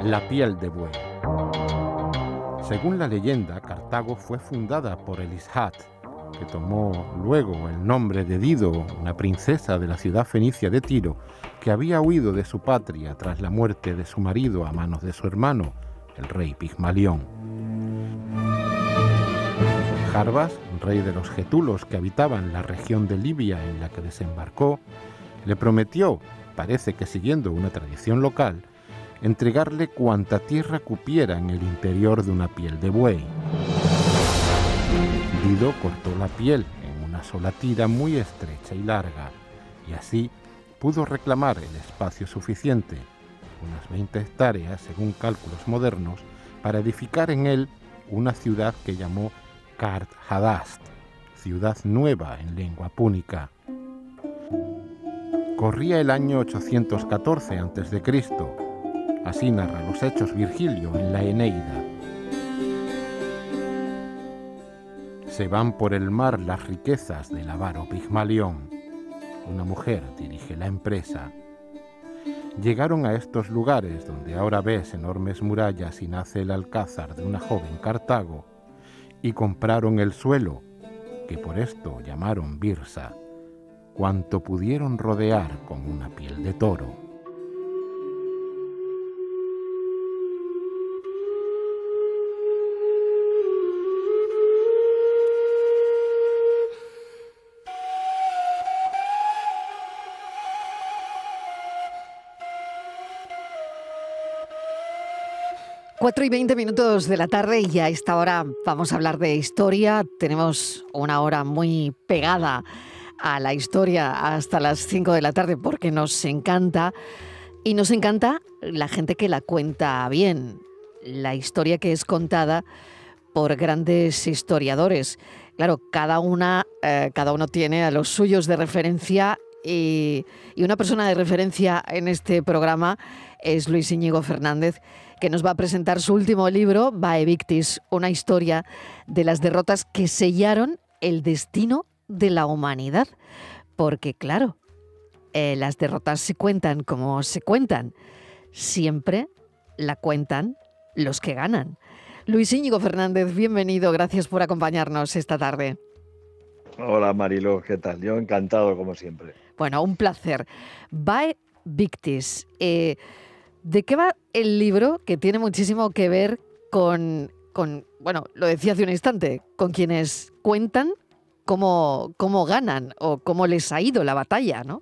La piel de buey. Según la leyenda, Cartago fue fundada por Elishat, que tomó luego el nombre de Dido, una princesa de la ciudad fenicia de Tiro, que había huido de su patria tras la muerte de su marido a manos de su hermano, el rey Pigmalión. Jarbas, rey de los getulos que habitaban la región de Libia en la que desembarcó, le prometió, parece que siguiendo una tradición local, entregarle cuanta tierra cupiera en el interior de una piel de buey. Dido cortó la piel en una sola tira muy estrecha y larga, y así pudo reclamar el espacio suficiente, unas 20 hectáreas según cálculos modernos, para edificar en él una ciudad que llamó Kart Hadast, ciudad nueva en lengua púnica. Corría el año 814 a.C., así narra los Hechos Virgilio en la Eneida. Se van por el mar las riquezas del avaro Pigmalión. Una mujer dirige la empresa. Llegaron a estos lugares donde ahora ves enormes murallas y nace el alcázar de una joven Cartago, y compraron el suelo, que por esto llamaron Birsa, cuanto pudieron rodear con una piel de toro. Cuatro y 20 minutos de la tarde y a esta hora vamos a hablar de historia. Tenemos una hora muy pegada a la historia hasta las 5 de la tarde porque nos encanta. Y nos encanta la gente que la cuenta bien, la historia que es contada por grandes historiadores. Claro, cada uno tiene a los suyos de referencia y una persona de referencia en este programa es Luis Íñigo Fernández, que nos va a presentar su último libro, Vae Victis, una historia de las derrotas que sellaron el destino de la humanidad. Porque claro, las derrotas se cuentan como se cuentan. Siempre la cuentan los que ganan. Luis Íñigo Fernández, bienvenido. Gracias por acompañarnos esta tarde. Hola Mariló, ¿qué tal? Yo encantado como siempre. Bueno, un placer. Vae Victis. ¿De qué va el libro? Que tiene muchísimo que ver con, bueno, lo decía hace un instante, con quienes cuentan cómo ganan o cómo les ha ido la batalla, ¿no?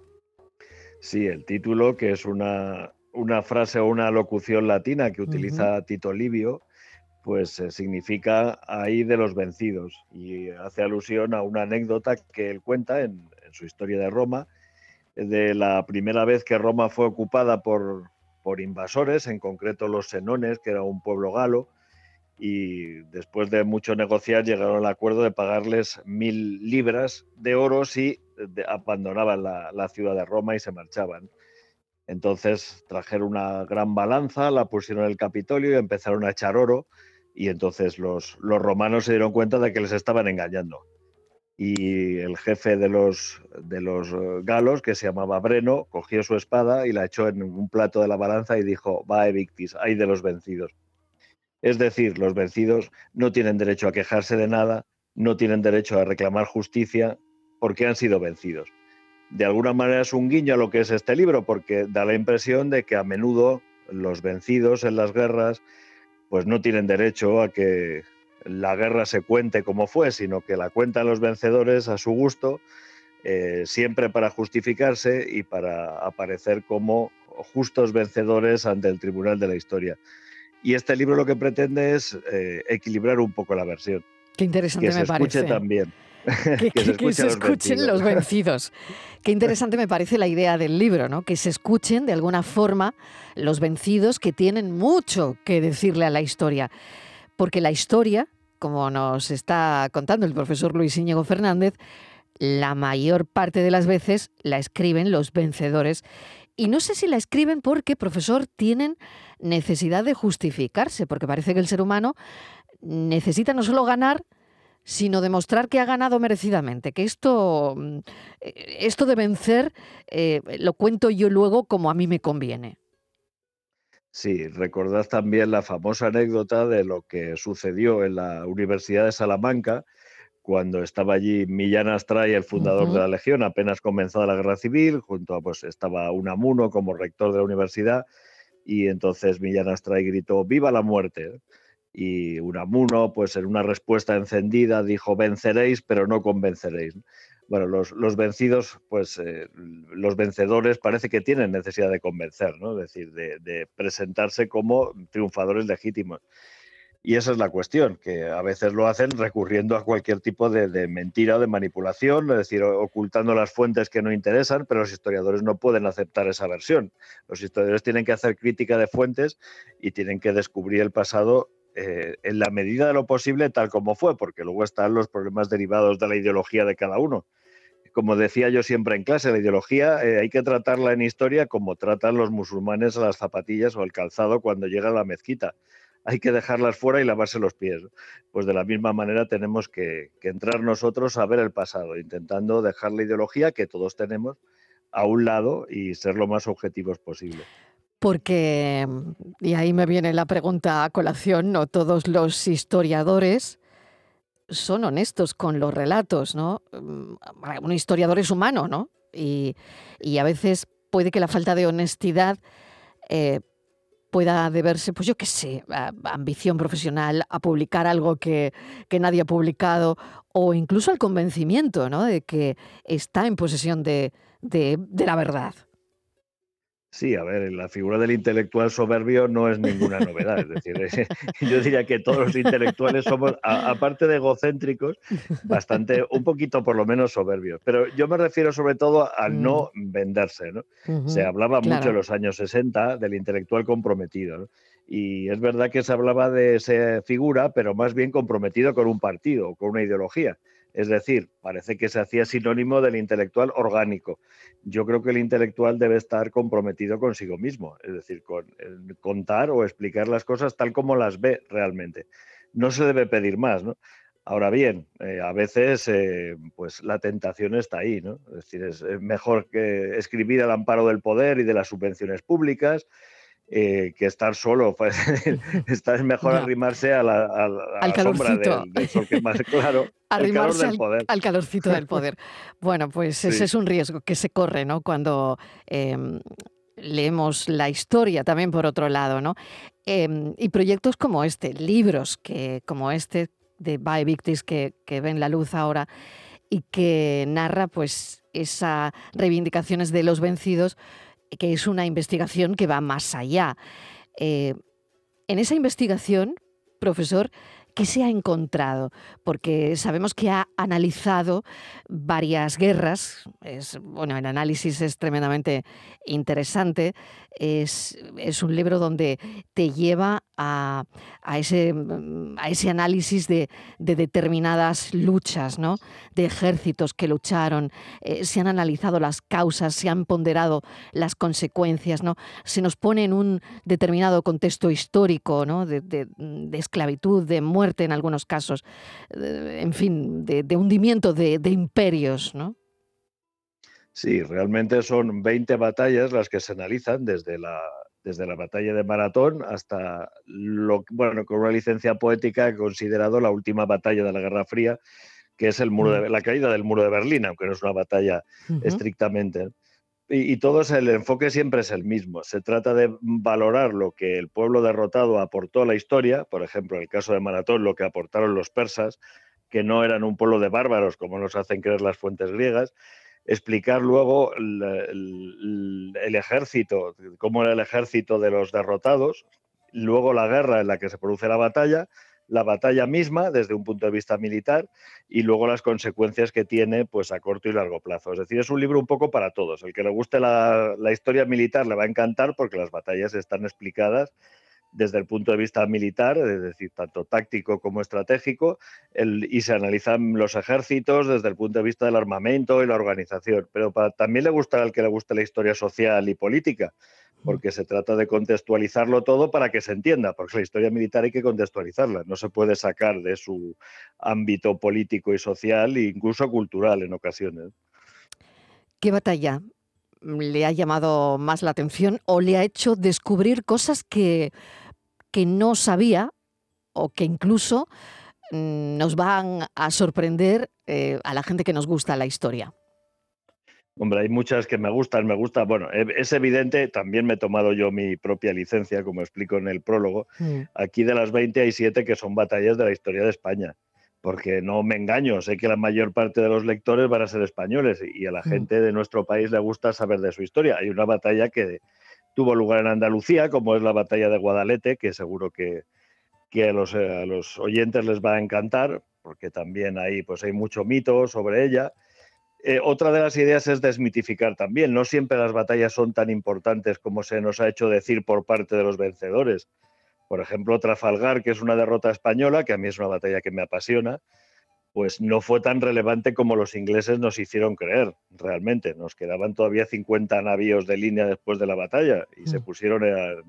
Sí, el título, que es una frase o una locución latina que utiliza Tito Livio, pues significa ahí de los vencidos, y hace alusión a una anécdota que él cuenta en su historia de Roma, de la primera vez que Roma fue ocupada por invasores, en concreto los senones, que era un pueblo galo, y después de mucho negociar llegaron al acuerdo de pagarles 1000 libras de oro si abandonaban la ciudad de Roma y se marchaban. Entonces trajeron una gran balanza, la pusieron en el Capitolio y empezaron a echar oro, y entonces los romanos se dieron cuenta de que les estaban engañando. Y el jefe de los galos, que se llamaba Breno, cogió su espada y la echó en un plato de la balanza y dijo: Vae victis, ay de los vencidos. Es decir, los vencidos no tienen derecho a quejarse de nada, no tienen derecho a reclamar justicia porque han sido vencidos. De alguna manera es un guiño a lo que es este libro, porque da la impresión de que a menudo los vencidos en las guerras pues no tienen derecho a que la guerra se cuente como fue, sino que la cuentan los vencedores a su gusto, siempre para justificarse y para aparecer como justos vencedores ante el tribunal de la historia. Y este libro lo que pretende es equilibrar un poco la versión. Qué interesante que me parece. Que se escuche también. Que se escuchen los vencidos. Qué interesante me parece la idea del libro, ¿no? Que se escuchen de alguna forma los vencidos, que tienen mucho que decirle a la historia. Porque la historia, como nos está contando el profesor Luis Íñigo Fernández, la mayor parte de las veces la escriben los vencedores. Y no sé si la escriben porque, profesor, tienen necesidad de justificarse, porque parece que el ser humano necesita no solo ganar, sino demostrar que ha ganado merecidamente, que esto de vencer lo cuento yo luego como a mí me conviene. Sí, recordad también la famosa anécdota de lo que sucedió en la Universidad de Salamanca cuando estaba allí Millán Astray, el fundador de Ujú. la Legión, apenas comenzada la Guerra Civil, junto a, pues estaba Unamuno como rector de la universidad, y entonces Millán Astray gritó ¡Viva la muerte! Y Unamuno, pues en una respuesta encendida, dijo venceréis, pero no convenceréis. Bueno, los vencidos, pues los vencedores parece que tienen necesidad de convencer, ¿no? Es decir, de presentarse como triunfadores legítimos. Y esa es la cuestión, que a veces lo hacen recurriendo a cualquier tipo de mentira o de manipulación, es decir, ocultando las fuentes que no interesan, pero los historiadores no pueden aceptar esa versión. Los historiadores tienen que hacer crítica de fuentes y tienen que descubrir el pasado en la medida de lo posible tal como fue, porque luego están los problemas derivados de la ideología de cada uno. Como decía yo siempre en clase, la ideología hay que tratarla en historia como tratan los musulmanes a las zapatillas o el calzado cuando llega a la mezquita. Hay que dejarlas fuera y lavarse los pies. Pues de la misma manera tenemos que entrar nosotros a ver el pasado, intentando dejar la ideología que todos tenemos a un lado y ser lo más objetivos posible. Porque, y ahí me viene la pregunta a colación, no todos los historiadores son honestos con los relatos, ¿no? Un historiador es humano, ¿no? Y a veces puede que la falta de honestidad eh, pueda deberse, pues yo qué sé, a ambición profesional, a publicar algo que nadie ha publicado, o incluso al convencimiento, ¿no? De que está en posesión de la verdad. Sí, a ver, la figura del intelectual soberbio no es ninguna novedad. Es decir, yo diría que todos los intelectuales somos, aparte de egocéntricos, bastante, un poquito por lo menos soberbios. Pero yo me refiero sobre todo al Mm, no venderse, ¿no? Se ujú, hablaba mucho en claro. los años 60 del intelectual comprometido, ¿no? Y es verdad que se hablaba de esa figura, pero más bien comprometido con un partido, con una ideología. Es decir, parece que se hacía sinónimo del intelectual orgánico. Yo creo que el intelectual debe estar comprometido consigo mismo, es decir, con contar o explicar las cosas tal como las ve realmente. No se debe pedir más, ¿no? Ahora bien, a veces pues la tentación está ahí, ¿no? Es decir, es mejor que escribir al amparo del poder y de las subvenciones públicas que estar solo. Pues, es mejor Ya, arrimarse a al la sombra calorcito. del sol que es más claro, el calor Arrimarse del poder. al calorcito del poder. Bueno, pues ese Sí. es un riesgo que se corre, ¿no? Cuando leemos la historia también por otro lado, ¿no? Y proyectos como este, libros como este de Vae Victis que ven la luz ahora y que narra pues esas reivindicaciones de los vencidos, que es una investigación que va más allá. Eh, en esa investigación, profesor, ¿qué se ha encontrado? Porque sabemos que ha analizado varias guerras. Bueno, el análisis es tremendamente interesante. Es un libro donde te lleva a ese análisis de determinadas luchas, ¿no? De ejércitos que lucharon. Se han analizado las causas, se han ponderado las consecuencias, ¿no? Se nos pone en un determinado contexto histórico, ¿no? De esclavitud, de muerte en algunos casos, en fin, de hundimiento de imperios, ¿no? Sí, realmente son 20 batallas las que se analizan desde la batalla de Maratón hasta bueno, con una licencia poética he considerado la última batalla de la Guerra Fría, que es Mm, la caída del muro de Berlín, aunque no es una batalla ujú. estrictamente. Y todo el enfoque siempre es el mismo. Se trata de valorar lo que el pueblo derrotado aportó a la historia, por ejemplo, en el caso de Maratón, lo que aportaron los persas, que no eran un pueblo de bárbaros, como nos hacen creer las fuentes griegas, explicar luego el ejército, cómo era el ejército de los derrotados, luego la guerra en la que se produce la batalla misma desde un punto de vista militar y luego las consecuencias que tiene pues a corto y largo plazo. Es decir, es un libro un poco para todos. El que le guste la historia militar le va a encantar porque las batallas están explicadas desde el punto de vista militar, es decir, tanto táctico como estratégico, y se analizan los ejércitos desde el punto de vista del armamento y la organización. Pero también le gustará al que le guste la historia social y política, porque se trata de contextualizarlo todo para que se entienda, porque la historia militar hay que contextualizarla, no se puede sacar de su ámbito político y social e incluso cultural en ocasiones. ¿Qué batalla le ha llamado más la atención o le ha hecho descubrir cosas que no sabía o que incluso nos van a sorprender a la gente que nos gusta la historia? Hombre, hay muchas que me gusta, bueno, es evidente, también me he tomado yo mi propia licencia, como explico en el prólogo. Mm, Aquí de las 20 hay 7 que son batallas de la historia de España, porque no me engaño, sé que la mayor parte de los lectores van a ser españoles y a la mm, gente de nuestro país le gusta saber de su historia. Hay una batalla que tuvo lugar en Andalucía, como es la batalla de Guadalete, que seguro que a los oyentes les va a encantar, porque también ahí pues hay mucho mito sobre ella. Otra de las ideas es desmitificar también. No siempre las batallas son tan importantes como se nos ha hecho decir por parte de los vencedores. Por ejemplo, Trafalgar, que es una derrota española, que a mí es una batalla que me apasiona, pues no fue tan relevante como los ingleses nos hicieron creer, realmente. Nos quedaban todavía 50 navíos de línea después de la batalla y se mm. pusieron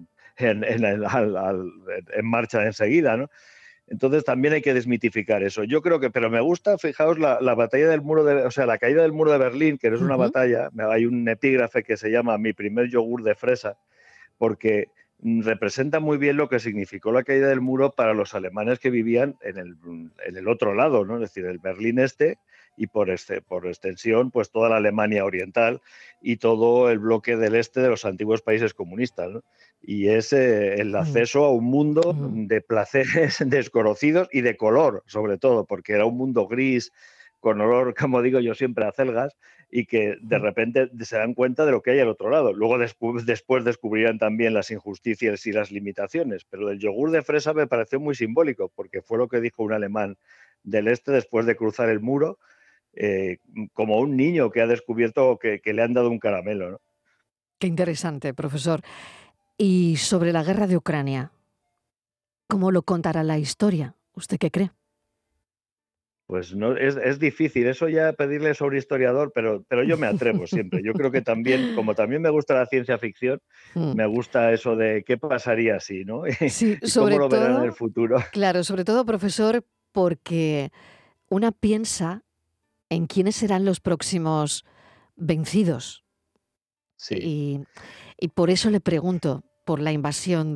en marcha enseguida, ¿no? Entonces también hay que desmitificar eso. Yo creo que, pero me gusta, fijaos, la batalla del muro de, o sea, la caída del muro de Berlín, que no es una Ujú. batalla, hay un epígrafe que se llama Mi primer yogur de fresa, porque representa muy bien lo que significó la caída del muro para los alemanes que vivían en el otro lado, ¿no? Es decir, el Berlín Este y por extensión, pues toda la Alemania Oriental y todo el bloque del este de los antiguos países comunistas, ¿no? Y es el Mm, acceso a un mundo mm, de placeres desconocidos y de color, sobre todo, porque era un mundo gris, con olor, como digo yo siempre, a celgas, y que de mm. repente se dan cuenta de lo que hay al otro lado. Luego después descubrirán también las injusticias y las limitaciones, pero del yogur de fresa me pareció muy simbólico, porque fue lo que dijo un alemán del este después de cruzar el muro, eh, como un niño que ha descubierto que le han dado un caramelo, ¿no? Qué interesante, profesor. Y sobre la guerra de Ucrania, ¿cómo lo contará la historia? ¿Usted qué cree? Pues no, es difícil, eso ya pedirle sobre historiador, pero yo me atrevo siempre. Yo creo que también, como también me gusta la ciencia ficción, Mm. me gusta eso de qué pasaría si, ¿no? Sí, Y cómo sobre lo verán en el todo, futuro. claro, sobre todo, profesor, porque una piensa en quiénes serán los próximos vencidos. Sí, Y, y por eso le pregunto por la invasión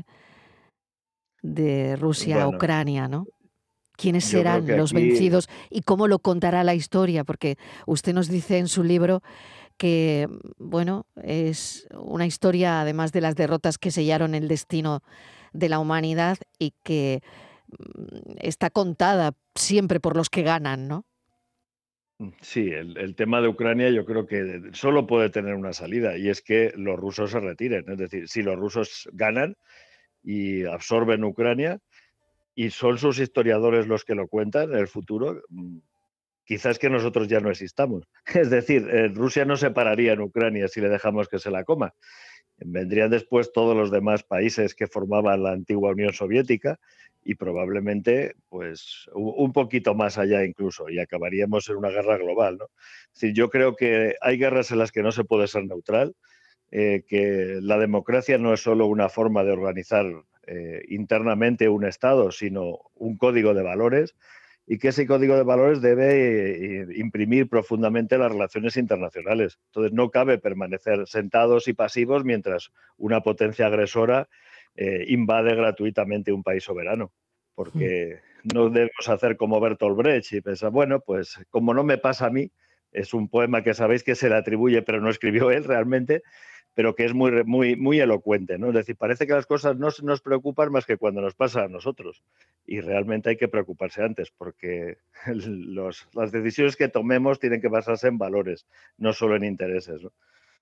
de Rusia a bueno, Ucrania, ¿no? ¿Quiénes yo creo que serán los aquí, vencidos y cómo lo contará la historia? Porque usted nos dice en su libro que, bueno, es una historia, además de las derrotas que sellaron el destino de la humanidad y que está contada siempre por los que ganan, ¿no? sí, el tema de Ucrania yo creo que solo puede tener una salida y es que los rusos se retiren. Es decir, si los rusos ganan y absorben Ucrania y son sus historiadores los que lo cuentan en el futuro, quizás que nosotros ya no existamos. Es decir, Rusia no se pararía en Ucrania si le dejamos que se la coma. Vendrían después todos los demás países que formaban la antigua Unión Soviética y probablemente pues un poquito más allá incluso y acabaríamos en una guerra global, ¿no? Es decir, yo creo que hay guerras en las que no se puede ser neutral, que la democracia no es solo una forma de organizar internamente un Estado, sino un código de valores y que ese código de valores debe imprimir profundamente las relaciones internacionales. Entonces no cabe permanecer sentados y pasivos mientras una potencia agresora invade gratuitamente un país soberano, Mm. porque no debemos hacer como Bertolt Brecht y pensar, bueno, pues como no me pasa a mí, es un poema que sabéis que se le atribuye, pero no escribió él realmente, pero que es muy elocuente, ¿no? Es decir, parece que las cosas no nos preocupan más que cuando nos pasa a nosotros. Y realmente hay que preocuparse antes, porque las decisiones que tomemos tienen que basarse en valores, no solo en intereses, ¿no?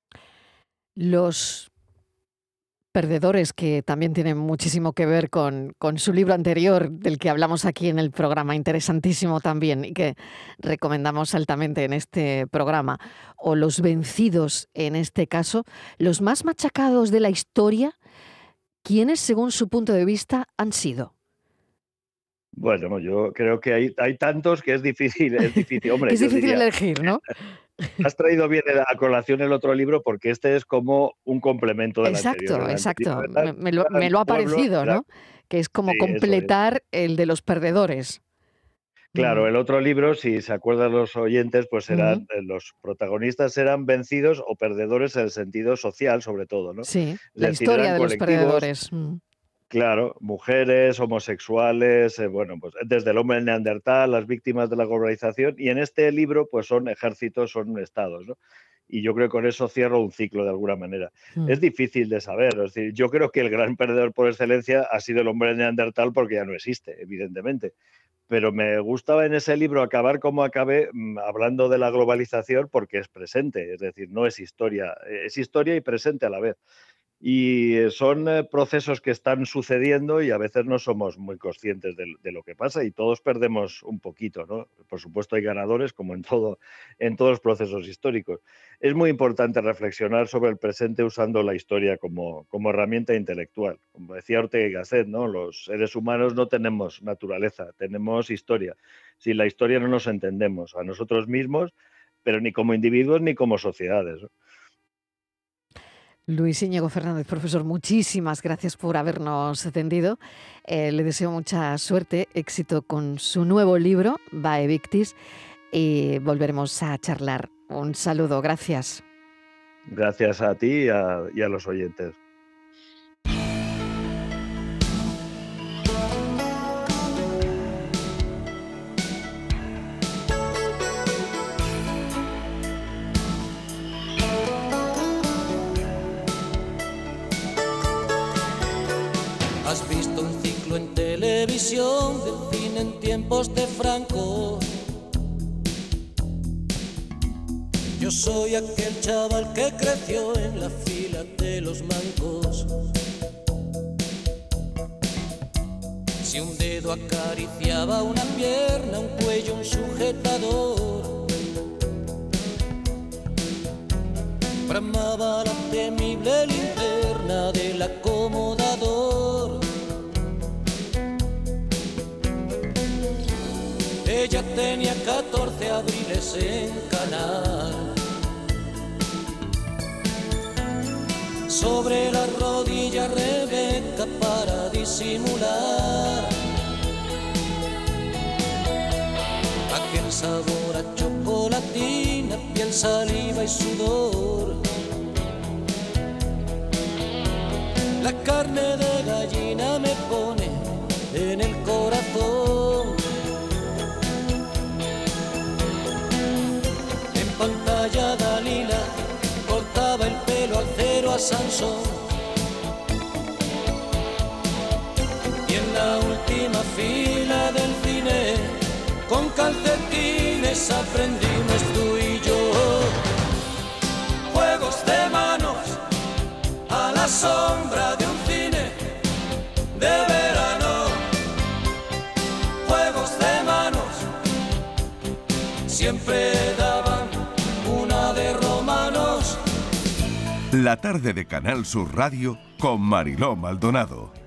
Los perdedores, que también tienen muchísimo que ver con su libro anterior, del que hablamos aquí en el programa, interesantísimo también, y que recomendamos altamente en este programa, o los vencidos en este caso, los más machacados de la historia, ¿quiénes, según su punto de vista, han sido? Bueno, yo creo que hay tantos que es difícil, es difícil. Que Hombre, es yo difícil diría, elegir, ¿no? has traído bien a colación el otro libro porque este es como un complemento del anterior. Exacto, El anterior exacto. eran Me lo ha pueblos, parecido, ¿no? Que es sí, como eso es. completar el de los perdedores. Claro, el otro libro, si se acuerdan los oyentes, pues eran los protagonistas eran vencidos o perdedores en el sentido social, sobre todo, ¿no? Sí, Es la decir, historia eran de los colectivos, perdedores. claro, mujeres, homosexuales, bueno, pues desde el hombre neandertal, las víctimas de la globalización, y en este libro, pues son ejércitos, son estados, ¿no? Y yo creo que con eso cierro un ciclo de alguna manera. Es difícil de saber, es decir, yo creo que el gran perdedor por excelencia ha sido el hombre neandertal porque ya no existe, evidentemente. Pero me gustaba en ese libro acabar como acabé, hablando de la globalización porque es presente, es decir, no es historia y presente a la vez. Y son procesos que están sucediendo y a veces no somos muy conscientes de lo que pasa y todos perdemos un poquito, ¿no? Por supuesto hay ganadores como en todos los procesos históricos. Es muy importante reflexionar sobre el presente usando la historia como herramienta intelectual. Como decía Ortega y Gasset, ¿no? Los seres humanos no tenemos naturaleza, tenemos historia. Sin la historia no nos entendemos a nosotros mismos, pero ni como individuos ni como sociedades, ¿no? Luis Íñigo Fernández, profesor, muchísimas gracias por habernos atendido. Le deseo mucha suerte, éxito con su nuevo libro, Vae Victis, y volveremos a charlar. Un saludo, gracias. Gracias a ti y a los oyentes. ¿Has visto un ciclo en televisión del cine en tiempos de Franco? Yo soy aquel chaval que creció en la fila de los mancos. Si un dedo acariciaba una pierna, un cuello, un sujetador, bramaba la temible linterna del acomodador. Ella tenía 14 abriles en Canal. Sobre la rodilla Rebeca para disimular aquel sabor a chocolatina, piel, saliva y sudor. La carne de gallina me pone en el corazón. En pantalla Dalila cortaba el pelo al cero a Sansón. Y en la última fila del cine, con calcetines aprendimos tú y yo. Juegos de manos a la sombra de un cine de verano. Juegos de manos siempre daban una de romanos. La tarde de Canal Sur Radio con Mariló Maldonado.